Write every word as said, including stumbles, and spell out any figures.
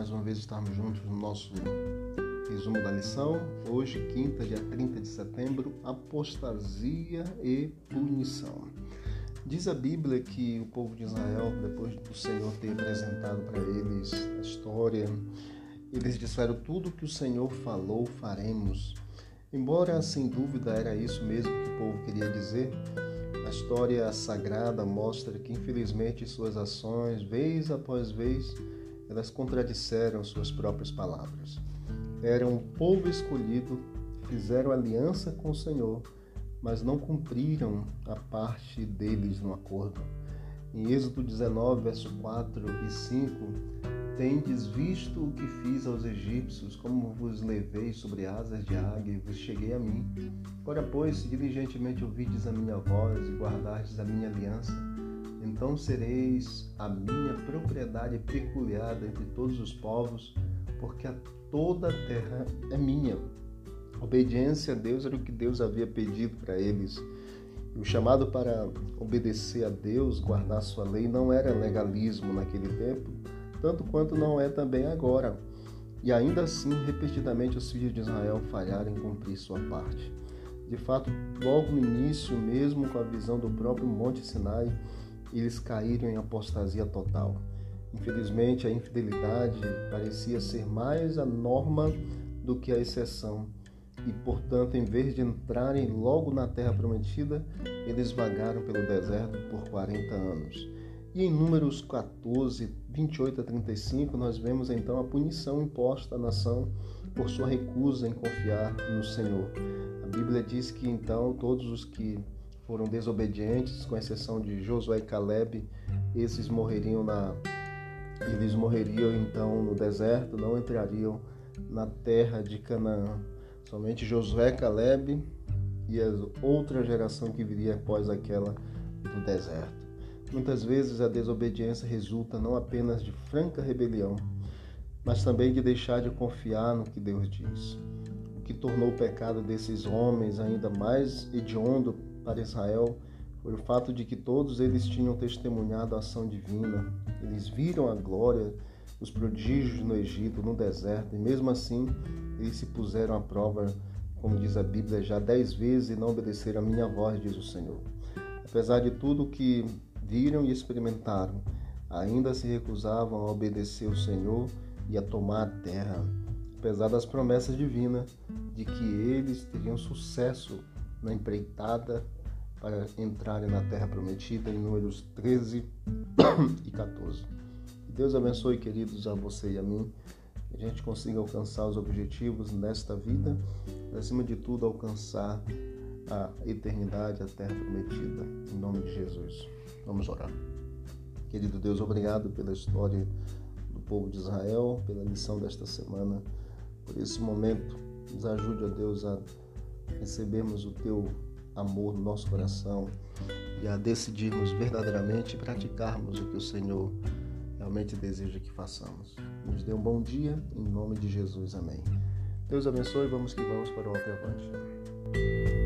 mais uma vez estarmos juntos no nosso resumo da lição. Hoje, quinta, dia trinta de setembro, apostasia e punição. Diz a Bíblia que o povo de Israel, depois do Senhor ter apresentado para eles a história, eles disseram: tudo que o Senhor falou, faremos. Embora, sem dúvida, era isso mesmo que o povo queria dizer, a história sagrada mostra que, infelizmente, suas ações, vez após vez, elas contradisseram suas próprias palavras. Eram um povo escolhido, fizeram aliança com o Senhor, mas não cumpriram a parte deles no acordo. Em Êxodo dezenove, verso quatro e cinco, tendes visto o que fiz aos egípcios, como vos levei sobre asas de águia e vos cheguei a mim. Ora, pois, se diligentemente ouvides a minha voz e guardardes a minha aliança, então sereis a minha propriedade peculiar entre todos os povos, porque a toda a terra é minha. A obediência a Deus era o que Deus havia pedido para eles. O chamado para obedecer a Deus, guardar sua lei, não era legalismo naquele tempo, tanto quanto não é também agora. E ainda assim, repetidamente, os filhos de Israel falharam em cumprir sua parte. De fato, logo no início, mesmo com a visão do próprio Monte Sinai, eles caíram em apostasia total. Infelizmente, a infidelidade parecia ser mais a norma do que a exceção. E, portanto, em vez de entrarem logo na terra prometida, eles vagaram pelo deserto por quarenta anos. E em Números quatorze, vinte e oito a trinta e cinco, nós vemos então a punição imposta à nação por sua recusa em confiar no Senhor. A Bíblia diz que então todos os que foram desobedientes, com exceção de Josué e Caleb, esses morreriam na eles morreriam então no deserto, não entrariam na terra de Canaã. Somente Josué, Caleb e a outra geração que viria após aquela do deserto. Muitas vezes a desobediência resulta não apenas de franca rebelião, mas também de deixar de confiar no que Deus diz. O que tornou o pecado desses homens ainda mais hediondo para Israel foi o fato de que todos eles tinham testemunhado a ação divina. Eles viram a glória, os prodígios no Egito, no deserto, e mesmo assim eles se puseram à prova, como diz a Bíblia, já dez vezes e não obedeceram a minha voz, diz o Senhor. Apesar de tudo que viram e experimentaram, ainda se recusavam a obedecer o Senhor e a tomar a terra, apesar das promessas divinas de que eles teriam sucesso na empreitada para entrarem na terra prometida, em Números treze e quatorze. Deus abençoe, queridos, a você e a mim, que a gente consiga alcançar os objetivos nesta vida, e, acima de tudo, alcançar a eternidade, a terra prometida, em nome de Jesus. Vamos orar. Querido Deus, obrigado pela história do povo de Israel, pela lição desta semana, por esse momento. Nos ajude, ó Deus, a recebermos o Teu amor no nosso coração e a decidirmos verdadeiramente praticarmos o que o Senhor realmente deseja que façamos. Nos dê um bom dia, em nome de Jesus. Amém. Deus abençoe, vamos que vamos para o alto e avante.